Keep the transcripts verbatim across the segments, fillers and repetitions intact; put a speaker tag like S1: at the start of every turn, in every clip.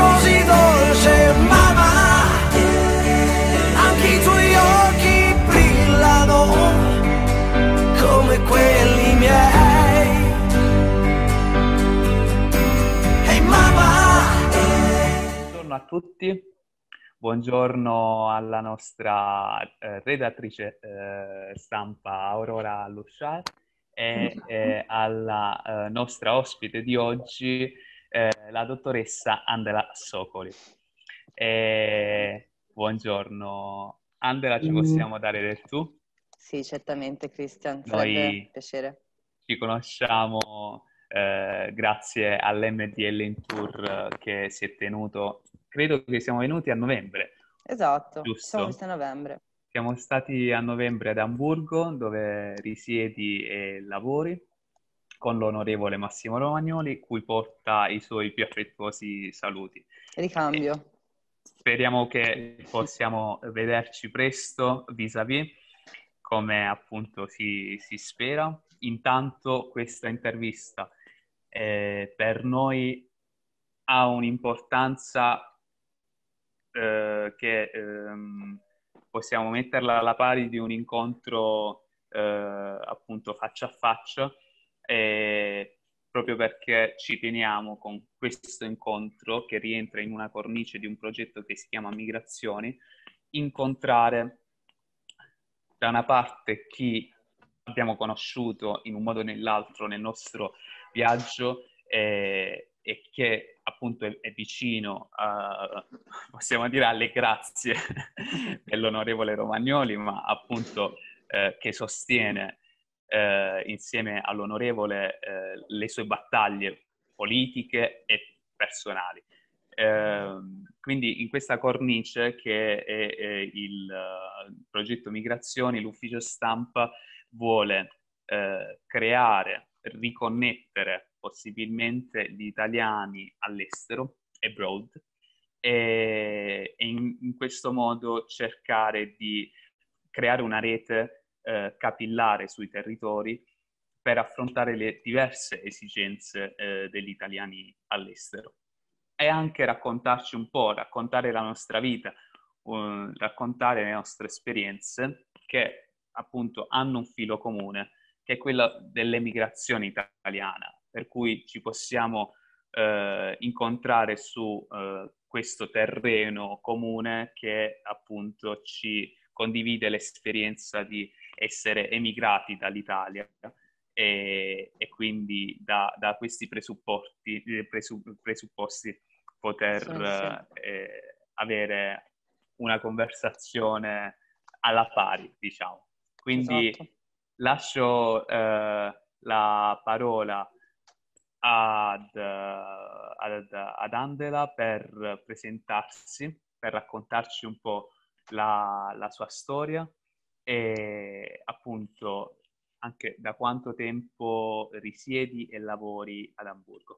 S1: così dolce, mamma, anche i tuoi occhi brillano come quelli miei. Ehi, mamma.
S2: Buongiorno a tutti, buongiorno alla nostra eh, redattrice eh, stampa Aurora Lusciar e eh, alla eh, nostra ospite di oggi, eh, la dottoressa Andela Socoli. E, buongiorno Andela, ci possiamo dare del tu?
S3: Sì, certamente, Christian, sarebbe
S2: Noi
S3: piacere.
S2: ci conosciamo eh, grazie all'M D L in Tour eh, che si è tenuto, credo che siamo venuti a novembre.
S3: Esatto, ci
S2: Giusto?
S3: siamo visti a novembre.
S2: Siamo stati a novembre ad Amburgo, dove risiedi e lavori, con l'onorevole Massimo Romagnoli, cui porta i suoi più affettuosi saluti.
S3: Ricambio.
S2: E speriamo che possiamo vederci presto vis-à-vis, come appunto si, si spera. Intanto questa intervista eh, per noi ha un'importanza eh, che ehm, possiamo metterla alla pari di un incontro eh, appunto faccia a faccia, eh, proprio perché ci teniamo con questo incontro, che rientra in una cornice di un progetto che si chiama Migrazioni, incontrare da una parte chi abbiamo conosciuto in un modo o nell'altro nel nostro viaggio eh, e che appunto è, è vicino a, possiamo dire, alle grazie dell'onorevole Romagnoli, ma appunto eh, che sostiene eh, insieme all'onorevole eh, le sue battaglie politiche e personali. Eh, quindi in questa cornice che è, è il uh, progetto Migrazioni, l'ufficio stampa vuole eh, creare, riconnettere possibilmente gli italiani all'estero, abroad, e, e in, in questo modo cercare di creare una rete eh, capillare sui territori per affrontare le diverse esigenze eh, degli italiani all'estero. E anche raccontarci un po', raccontare la nostra vita, uh, raccontare le nostre esperienze che appunto hanno un filo comune, che è quello dell'emigrazione italiana, per cui ci possiamo uh, incontrare su uh, questo terreno comune che appunto ci condivide l'esperienza di essere emigrati dall'Italia. E, e quindi da, da questi presupposti, presu, presupposti poter
S3: Sì, sì.
S2: eh, avere una conversazione alla pari, diciamo. Quindi
S3: Esatto.
S2: lascio eh, la parola ad, ad, ad Andela per presentarsi, per raccontarci un po' la, la sua storia e appunto anche da quanto tempo risiedi e lavori ad Amburgo.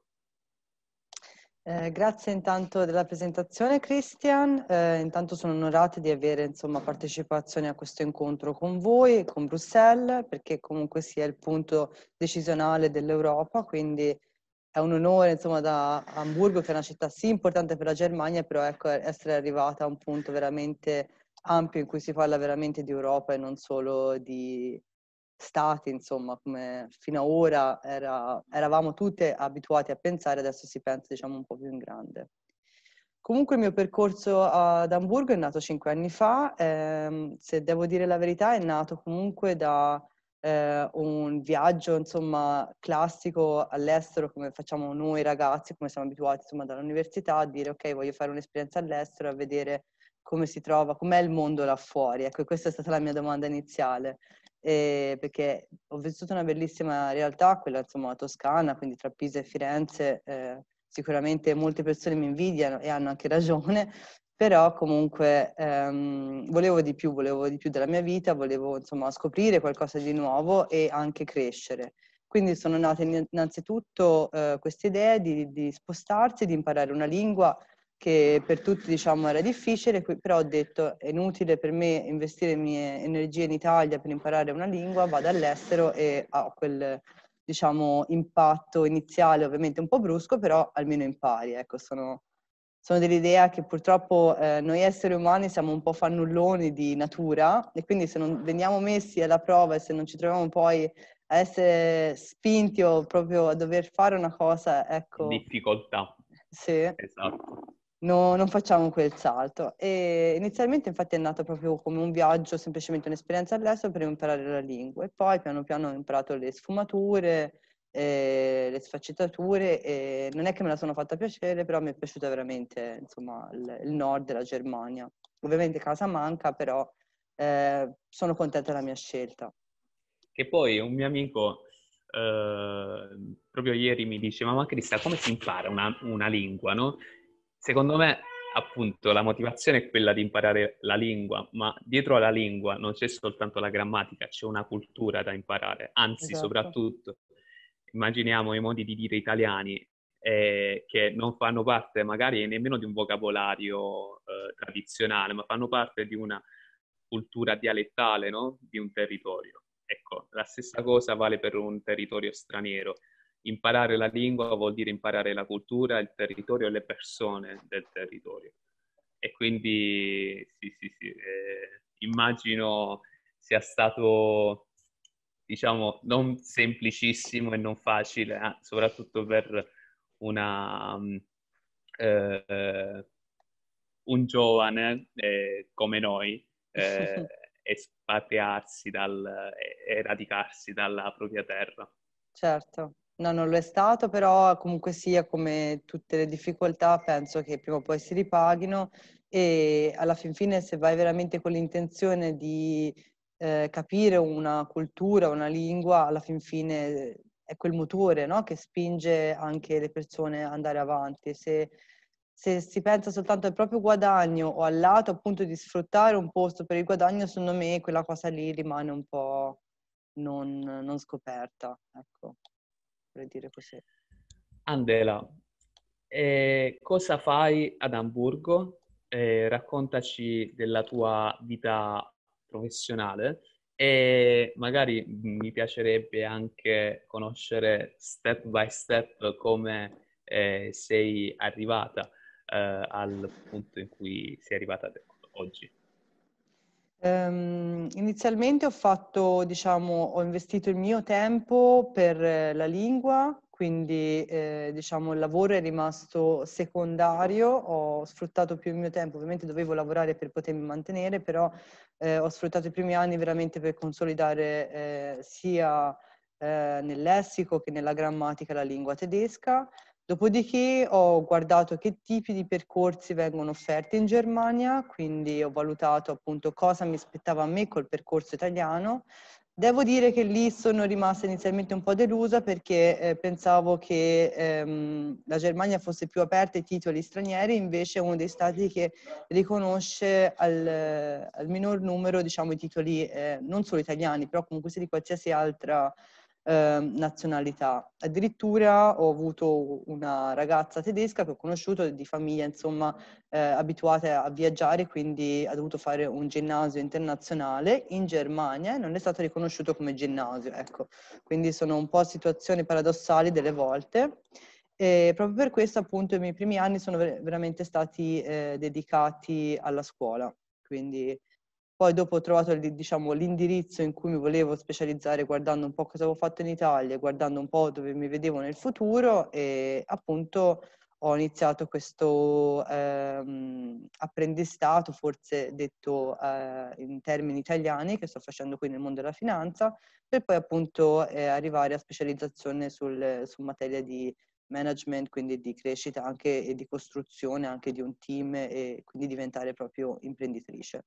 S3: Eh, grazie intanto della presentazione, Christian. Eh, intanto sono onorata di avere insomma partecipazione a questo incontro con voi, con Bruxelles, perché comunque sia il punto decisionale dell'Europa, quindi è un onore insomma da Amburgo, che è una città sì importante per la Germania, però ecco essere arrivata a un punto veramente ampio in cui si parla veramente di Europa e non solo di stati, insomma, come fino ad ora era, eravamo tutte abituati a pensare, adesso si pensa diciamo un po' più in grande. Comunque il mio percorso ad Amburgo è nato cinque anni fa, ehm, se devo dire la verità è nato comunque da eh, un viaggio insomma classico all'estero, come facciamo noi ragazzi, come siamo abituati insomma dall'università, a dire ok, voglio fare un'esperienza all'estero, a vedere come si trova, com'è il mondo là fuori. Ecco, questa è stata la mia domanda iniziale. Eh, perché ho vissuto una bellissima realtà, quella insomma toscana, quindi tra Pisa e Firenze, eh, sicuramente molte persone mi invidiano e hanno anche ragione, però comunque ehm, volevo di più, volevo di più della mia vita, volevo insomma scoprire qualcosa di nuovo e anche crescere. Quindi sono nate innanzitutto eh, queste idee di, di spostarsi, di imparare una lingua che per tutti diciamo era difficile, però ho detto è inutile per me investire le mie energie in Italia per imparare una lingua, vado all'estero e ho quel diciamo impatto iniziale ovviamente un po' brusco, però almeno impari, ecco, sono, sono dell'idea che purtroppo eh, noi esseri umani siamo un po' fannulloni di natura e quindi se non veniamo messi alla prova e se non ci troviamo poi a essere spinti o proprio a dover fare una cosa, ecco...
S2: Difficoltà.
S3: Sì.
S2: Esatto.
S3: No, non facciamo quel salto. E inizialmente infatti è nato proprio come un viaggio, semplicemente un'esperienza all'estero per imparare la lingua e poi piano piano ho imparato le sfumature, eh, le sfaccettature e non è che me la sono fatta piacere, però mi è piaciuta veramente, insomma, il, il nord della Germania. Ovviamente casa manca, però eh, sono contenta della mia scelta.
S2: Che poi un mio amico eh, proprio ieri mi diceva, ma Crista, come si impara una, una lingua, no? Secondo me, appunto, la motivazione è quella di imparare la lingua, ma dietro alla lingua non c'è soltanto la grammatica, c'è una cultura da imparare. Anzi,
S3: Esatto.
S2: soprattutto, immaginiamo i modi di dire italiani eh, che non fanno parte magari nemmeno di un vocabolario eh, tradizionale, ma fanno parte di una cultura dialettale, no? Di un territorio. Ecco, la stessa cosa vale per un territorio straniero. Imparare la lingua vuol dire imparare la cultura, il territorio e le persone del territorio. E quindi, sì, sì, sì, eh, immagino sia stato, diciamo, non semplicissimo e non facile, eh, soprattutto per una, eh, un giovane eh, come noi, eh, espatriarsi dal, e radicarsi dalla propria terra.
S3: Certo, no, non lo è stato, però comunque sia come tutte le difficoltà penso che prima o poi si ripaghino e alla fin fine se vai veramente con l'intenzione di eh, capire una cultura, una lingua, alla fin fine è quel motore, no? Che spinge anche le persone ad andare avanti. Se, se si pensa soltanto al proprio guadagno o al lato appunto di sfruttare un posto per il guadagno, secondo me quella cosa lì rimane un po' non, non scoperta, ecco, vorrei dire così.
S2: Andela, eh, cosa fai ad Amburgo? Eh, raccontaci della tua vita professionale e magari mi piacerebbe anche conoscere step by step come eh, sei arrivata eh, al punto in cui sei arrivata oggi.
S3: Um, inizialmente ho fatto, diciamo, ho investito il mio tempo per eh, la lingua, quindi eh, diciamo il lavoro è rimasto secondario, ho sfruttato più il mio tempo, ovviamente dovevo lavorare per potermi mantenere, però eh, ho sfruttato i primi anni veramente per consolidare eh, sia eh, nel lessico che nella grammatica la lingua tedesca. Dopodiché ho guardato che tipi di percorsi vengono offerti in Germania, quindi ho valutato appunto cosa mi aspettava a me col percorso italiano. Devo dire che lì sono rimasta inizialmente un po' delusa perché eh, pensavo che ehm, la Germania fosse più aperta ai titoli stranieri, invece è uno dei stati che riconosce al, al minor numero, diciamo, i titoli eh, non solo italiani, però comunque sia di qualsiasi altra Eh, nazionalità. Addirittura ho avuto una ragazza tedesca che ho conosciuto di famiglia, insomma, eh, abituata a viaggiare, quindi ha dovuto fare un ginnasio internazionale in Germania e non è stato riconosciuto come ginnasio, ecco. Quindi sono un po' situazioni paradossali delle volte. E proprio per questo, appunto, i miei primi anni sono ver- veramente stati eh, dedicati alla scuola. Quindi poi dopo ho trovato diciamo, l'indirizzo in cui mi volevo specializzare guardando un po' cosa avevo fatto in Italia, guardando un po' dove mi vedevo nel futuro e appunto ho iniziato questo ehm, apprendistato, forse detto eh, in termini italiani, che sto facendo qui nel mondo della finanza, per poi appunto eh, arrivare a specializzazione sul, su materia di management, quindi di crescita anche e di costruzione anche di un team e quindi diventare proprio imprenditrice.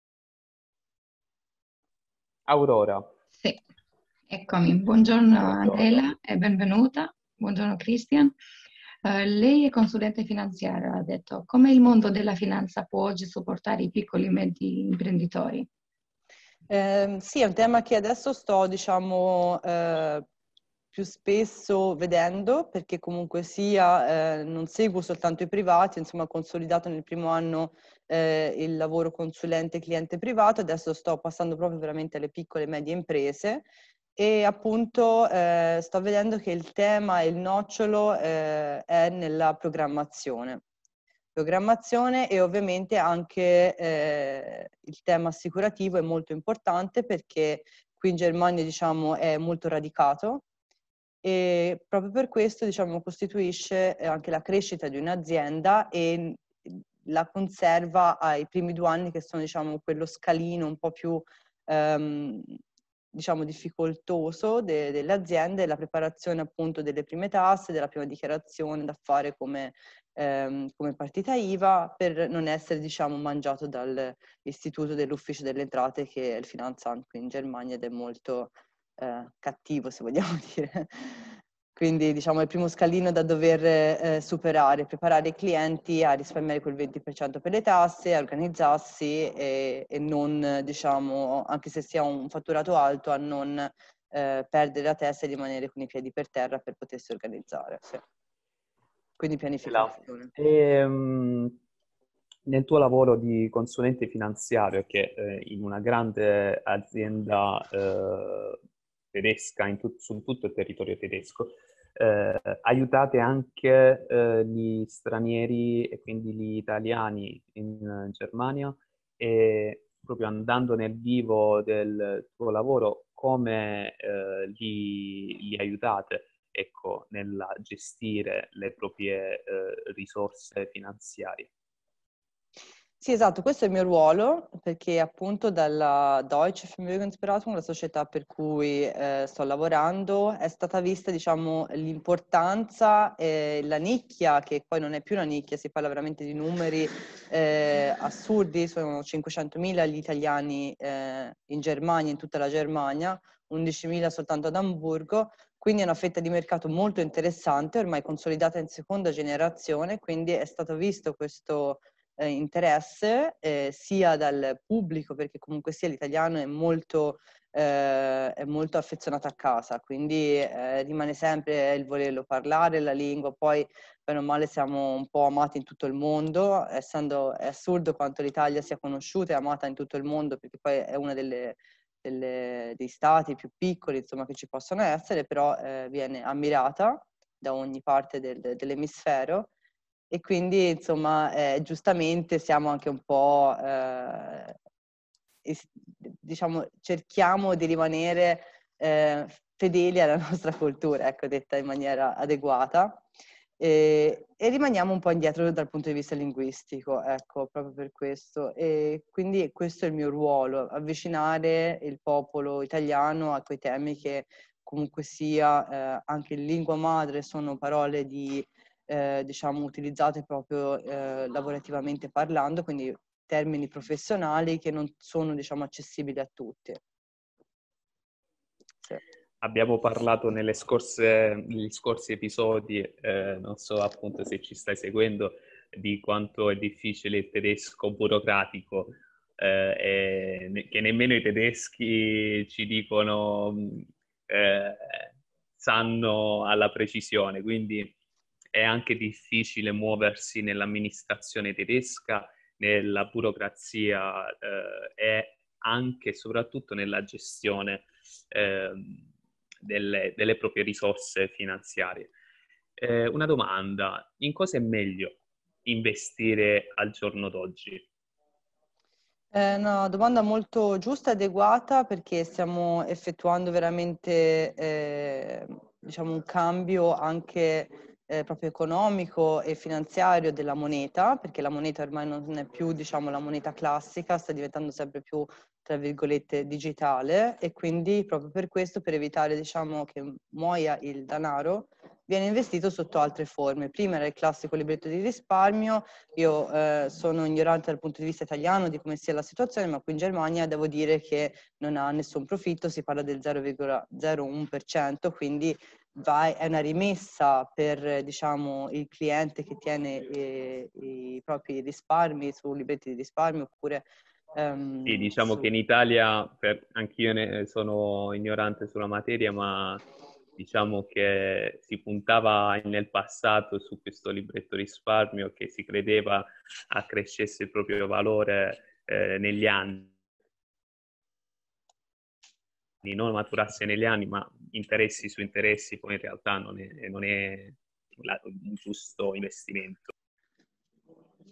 S2: Aurora.
S4: Sì, eccomi. Buongiorno Andela e benvenuta. Buongiorno Christian. Uh, lei è consulente finanziario, ha detto. Come il mondo della finanza può oggi supportare i piccoli e medi imprenditori?
S3: Eh, sì, è un tema che adesso sto, diciamo, eh, più spesso vedendo, perché comunque sia, eh, non seguo soltanto i privati, insomma, ho consolidato nel primo anno eh, il lavoro consulente cliente privato, adesso sto passando proprio veramente alle piccole e medie imprese e appunto eh, sto vedendo che il tema e il nocciolo eh, è nella programmazione. programmazione, e ovviamente anche eh, il tema assicurativo è molto importante perché qui in Germania, diciamo, è molto radicato, e proprio per questo, diciamo, costituisce anche la crescita di un'azienda e la conserva ai primi due anni, che sono, diciamo, quello scalino un po' più ehm, diciamo difficoltoso de- delle aziende, la preparazione appunto delle prime tasse, della prima dichiarazione da fare come, ehm, come partita I V A, per non essere, diciamo, mangiato dall'istituto dell'ufficio delle entrate, che è il Finanzamt qui in Germania, ed è molto eh, cattivo, se vogliamo dire. Quindi, diciamo, è il primo scalino da dover eh, superare, preparare i clienti a risparmiare quel venti per cento per le tasse, a organizzarsi e, e non, diciamo, anche se si ha un fatturato alto, a non eh, perdere la testa e rimanere con i piedi per terra per potersi organizzare. Sì. Quindi pianificazione.
S2: E, um, nel tuo lavoro di consulente finanziario, che eh, in una grande azienda eh, tedesca in tut- su tutto il territorio tedesco, eh, aiutate anche eh, gli stranieri e quindi gli italiani in uh, Germania, e proprio andando nel vivo del tuo lavoro, come eh, li, li aiutate, ecco, nel gestire le proprie eh, risorse finanziarie.
S3: Sì, esatto, questo è il mio ruolo, perché appunto dalla Deutsche Vermögensberatung, la società per cui eh, sto lavorando, è stata vista, diciamo, l'importanza e la nicchia, che poi non è più una nicchia, si parla veramente di numeri eh, assurdi, sono cinquecentomila gli italiani eh, in Germania, in tutta la Germania, undicimila soltanto ad Amburgo, quindi è una fetta di mercato molto interessante, ormai consolidata in seconda generazione, quindi è stato visto questo Eh, interesse eh, sia dal pubblico, perché comunque sia l'italiano è molto, eh, è molto affezionato a casa, quindi eh, rimane sempre il volerlo parlare, la lingua, poi bene o male siamo un po' amati in tutto il mondo, essendo è assurdo quanto l'Italia sia conosciuta e amata in tutto il mondo, perché poi è una delle, delle, dei stati più piccoli, insomma, che ci possono essere, però eh, viene ammirata da ogni parte del, dell'emisfero. E quindi, insomma, eh, giustamente siamo anche un po', eh, es- diciamo, cerchiamo di rimanere eh, fedeli alla nostra cultura, ecco, detta in maniera adeguata, e, e rimaniamo un po' indietro dal punto di vista linguistico, ecco, proprio per questo. E quindi questo è il mio ruolo, avvicinare il popolo italiano a quei temi che comunque sia, eh, anche in lingua madre, sono parole di Eh, diciamo, utilizzate proprio eh, lavorativamente parlando, quindi termini professionali che non sono, diciamo, accessibili a tutti. Sì.
S2: Abbiamo parlato nelle scorse, negli scorsi episodi, eh, non so appunto se ci stai seguendo, di quanto è difficile il tedesco burocratico, eh, e che nemmeno i tedeschi ci dicono, eh, sanno alla precisione, quindi è anche difficile muoversi nell'amministrazione tedesca, nella burocrazia eh, e anche e soprattutto nella gestione eh, delle, delle proprie risorse finanziarie. Eh, una domanda: in cosa è meglio investire al giorno d'oggi?
S3: È una domanda molto giusta e adeguata, perché stiamo effettuando veramente eh, diciamo un cambio anche eh, proprio economico e finanziario della moneta, perché la moneta ormai non è più, diciamo, la moneta classica, sta diventando sempre più, tra virgolette, digitale, e quindi proprio per questo, per evitare, diciamo, che muoia il denaro, viene investito sotto altre forme. Prima era il classico libretto di risparmio. Io eh, sono ignorante dal punto di vista italiano di come sia la situazione, ma qui in Germania devo dire che non ha nessun profitto, si parla del zero virgola zero uno per cento, quindi vai, è una rimessa per, diciamo, il cliente che tiene eh, i propri risparmi su libretti di risparmio, oppure um,
S2: Sì, diciamo
S3: su...
S2: che in Italia, per, anch'io ne sono ignorante sulla materia, ma diciamo che si puntava nel passato su questo libretto risparmio, che si credeva accrescesse il proprio valore eh, negli anni, non maturasse negli anni, ma interessi su interessi, poi in realtà non è, non è la, un giusto investimento.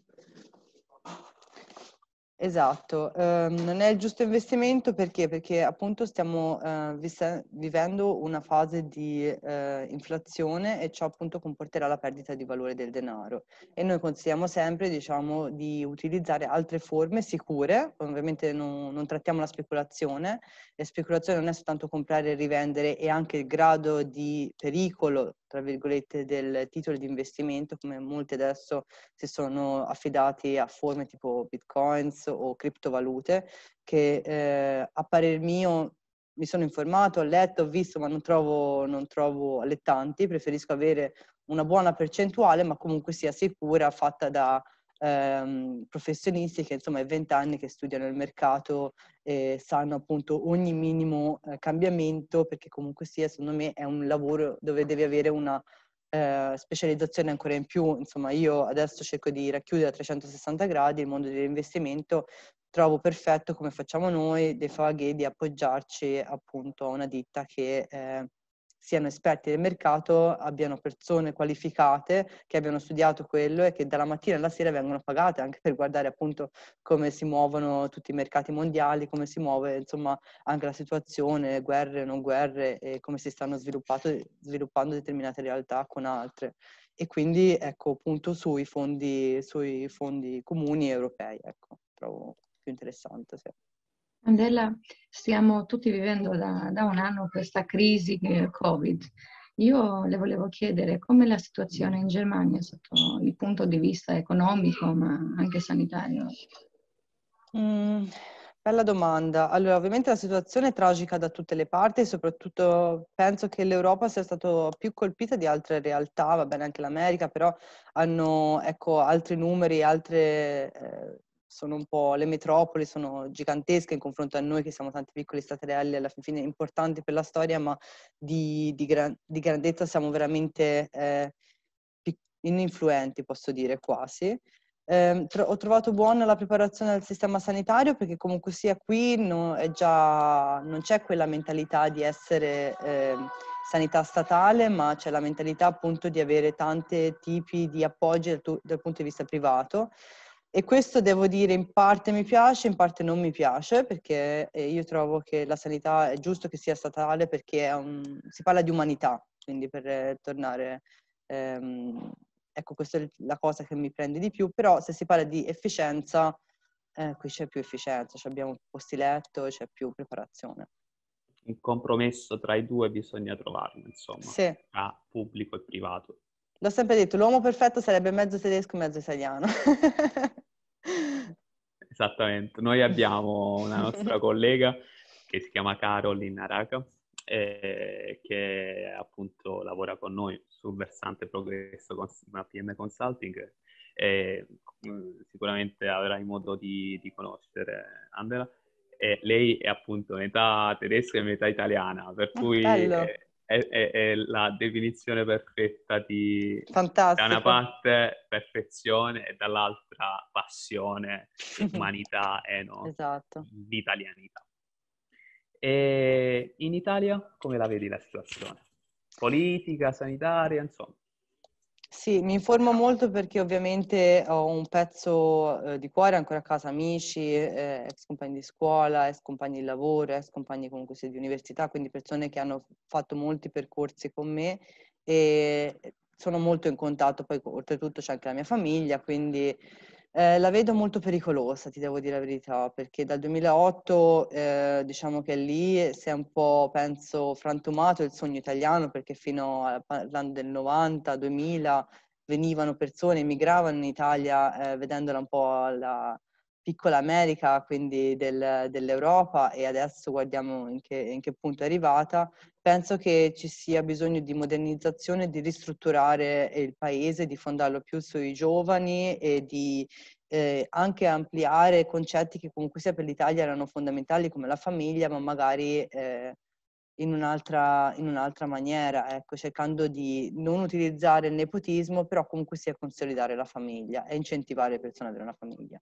S3: Esatto, eh, non è il giusto investimento perché? Perché appunto stiamo eh, visse- vivendo una fase di eh, inflazione e ciò appunto comporterà la perdita di valore del denaro e noi consigliamo sempre, diciamo, di utilizzare altre forme sicure, ovviamente non, non trattiamo la speculazione, la speculazione non è soltanto comprare e rivendere, è anche il grado di pericolo, tra virgolette, del titolo di investimento, come molti adesso si sono affidati a forme tipo bitcoins o criptovalute che eh, a parer mio mi sono informato, ho letto, ho visto, ma non trovo, non trovo allettanti, preferisco avere una buona percentuale, ma comunque sia sicura, fatta da ehm, professionisti che insomma è vent'anni che studiano il mercato e sanno appunto ogni minimo eh, cambiamento, perché comunque sia, secondo me, è un lavoro dove devi avere una eh, specializzazione ancora in più. Insomma, io adesso cerco di racchiudere a trecentosessanta gradi il mondo dell'investimento, trovo perfetto, come facciamo noi, dei faghi, di appoggiarci appunto a una ditta che eh, siano esperti del mercato, abbiano persone qualificate che abbiano studiato quello e che dalla mattina alla sera vengono pagate anche per guardare appunto come si muovono tutti i mercati mondiali, come si muove insomma anche la situazione, guerre, non guerre e come si stanno sviluppando determinate realtà con altre. E quindi ecco appunto sui fondi, sui fondi comuni europei, ecco, trovo più interessante. Sì.
S4: Andela, stiamo tutti vivendo da, da un anno questa crisi che- Covid. Io le volevo chiedere com'è la situazione in Germania sotto il punto di vista economico, ma anche sanitario.
S3: Mm, bella domanda. Allora, ovviamente la situazione è tragica da tutte le parti, soprattutto penso che l'Europa sia stata più colpita di altre realtà, va bene anche l'America, però hanno ecco, altri numeri, altre, eh, sono un po' le metropoli, sono gigantesche in confronto a noi che siamo tanti piccoli staterelli, alla fine importanti per la storia, ma di, di, gran- di grandezza siamo veramente eh, pic- ininfluenti, posso dire quasi. Eh, tro- ho trovato buona la preparazione del sistema sanitario perché comunque sia qui no, è già, non c'è quella mentalità di essere eh, sanità statale, ma c'è la mentalità appunto di avere tanti tipi di appoggi dal, tu- dal punto di vista privato. E questo devo dire in parte mi piace, in parte non mi piace, perché eh, io trovo che la sanità è giusto che sia statale perché è un, si parla di umanità, quindi per eh, tornare... Ehm, ecco, questa è la cosa che mi prende di più, però se si parla di efficienza, eh, qui c'è più efficienza, cioè abbiamo più posti letto, c'è più preparazione.
S2: Un compromesso tra i due bisogna trovarlo, insomma,
S3: Sì,
S2: tra pubblico e privato.
S3: l'ho sempre detto, l'uomo perfetto sarebbe mezzo tedesco e mezzo italiano.
S2: Esattamente. Noi abbiamo una nostra collega che si chiama Caroline Araca, eh, che appunto lavora con noi sul versante progresso con una P M Consulting e mh, sicuramente avrai modo di, di conoscere Andela. E lei è appunto metà tedesca e metà italiana, per
S3: Ah,
S2: cui
S3: bello,
S2: è, è- è- è la definizione perfetta di, da una
S3: fantastico.
S2: parte perfezione e dall'altra passione, e umanità e no,
S3: Esatto.
S2: l'italianità. E in Italia come la vedi la situazione? Politica, sanitaria, insomma.
S3: Sì, mi informo molto perché ovviamente ho un pezzo eh, di cuore ancora a casa, amici, eh, ex compagni di scuola, ex compagni di lavoro, ex compagni comunque sia di università, quindi persone che hanno fatto molti percorsi con me e sono molto in contatto, poi oltretutto c'è anche la mia famiglia, quindi eh, la vedo molto pericolosa, ti devo dire la verità, perché dal duemilaotto eh, diciamo che lì si è un po', penso, frantumato il sogno italiano, perché fino a, parlando del novanta, duemila, venivano persone, emigravano in Italia eh, vedendola un po' alla piccola America, quindi del, dell'Europa, e adesso guardiamo in che, in che punto è arrivata. Penso che ci sia bisogno di modernizzazione, di ristrutturare il paese, di fondarlo più sui giovani e di eh, anche ampliare concetti che comunque sia per l'Italia erano fondamentali come la famiglia, ma magari eh, in un'altra, in un'altra maniera, ecco, cercando di non utilizzare il nepotismo, però comunque sia consolidare la famiglia e incentivare le persone ad avere una famiglia.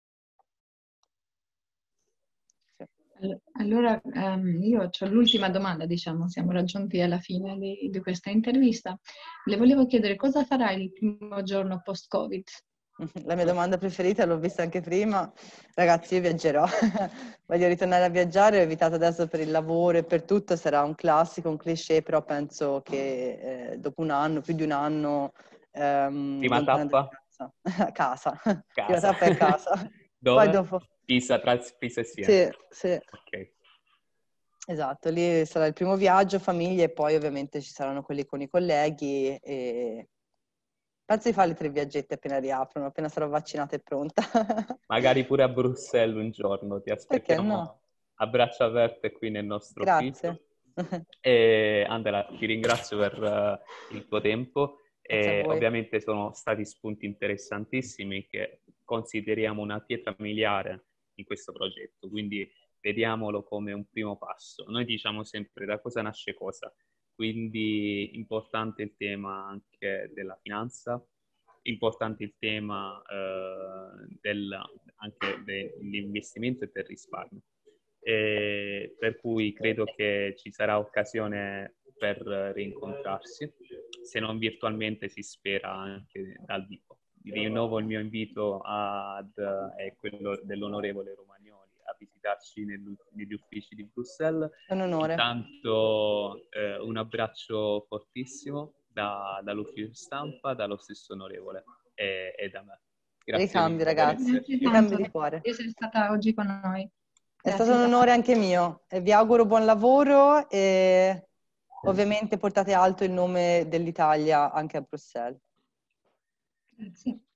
S4: Allora, ehm, io ho l'ultima domanda, diciamo, siamo raggiunti alla fine di, di questa intervista. Le volevo chiedere cosa farà il primo giorno post-Covid?
S3: La mia domanda preferita, l'ho vista anche prima. Ragazzi, io viaggerò. Voglio ritornare a viaggiare, ho evitato adesso per il lavoro e per tutto, sarà un classico, un cliché, però penso che eh, dopo un anno, più di un anno, ehm,
S2: Prima
S3: lontana da
S2: tappa?
S3: casa. Casa. Prima
S2: Casa.
S3: tappa è casa. Poi
S2: Dove?
S3: dopo...
S2: Pisa, tra Pisa e Siena.
S3: Sì, sì.
S2: Ok.
S3: Esatto, lì sarà il primo viaggio, famiglia, e poi ovviamente ci saranno quelli con i colleghi e penso di fare le tre viaggetti appena riaprono, appena sarò vaccinata e pronta.
S2: Magari pure a Bruxelles un giorno, ti
S3: Perché
S2: aspettiamo
S3: no?
S2: a braccia aperte qui nel nostro ufficio.
S3: Grazie.
S2: E Andrea, ti ringrazio per uh, il tuo tempo
S3: Grazie a
S2: e
S3: voi.
S2: ovviamente sono stati spunti interessantissimi che consideriamo una pietra miliare in questo progetto, quindi vediamolo come un primo passo. Noi diciamo sempre da cosa nasce cosa, quindi importante il tema anche della finanza, importante il tema eh, del, anche dell'investimento e del risparmio. E per cui credo che ci sarà occasione per rincontrarsi, se non virtualmente si spera anche dal vivo. Rinnovo il mio invito ad, è quello dell'onorevole Romagnoli a visitarci negli uffici di Bruxelles.
S3: È un onore.
S2: Intanto eh, un abbraccio fortissimo da, dall'ufficio stampa, dallo stesso onorevole e, e da me. Grazie
S3: Ricambi,
S2: mille per
S3: ragazzi.
S2: esserci.
S3: Ricambi di cuore.
S4: di essere stata oggi con noi.
S3: È
S4: Grazie
S3: stato un
S4: tanto.
S3: onore anche mio. E vi auguro buon lavoro e ovviamente portate alto il nome dell'Italia anche a Bruxelles.
S4: Grazie.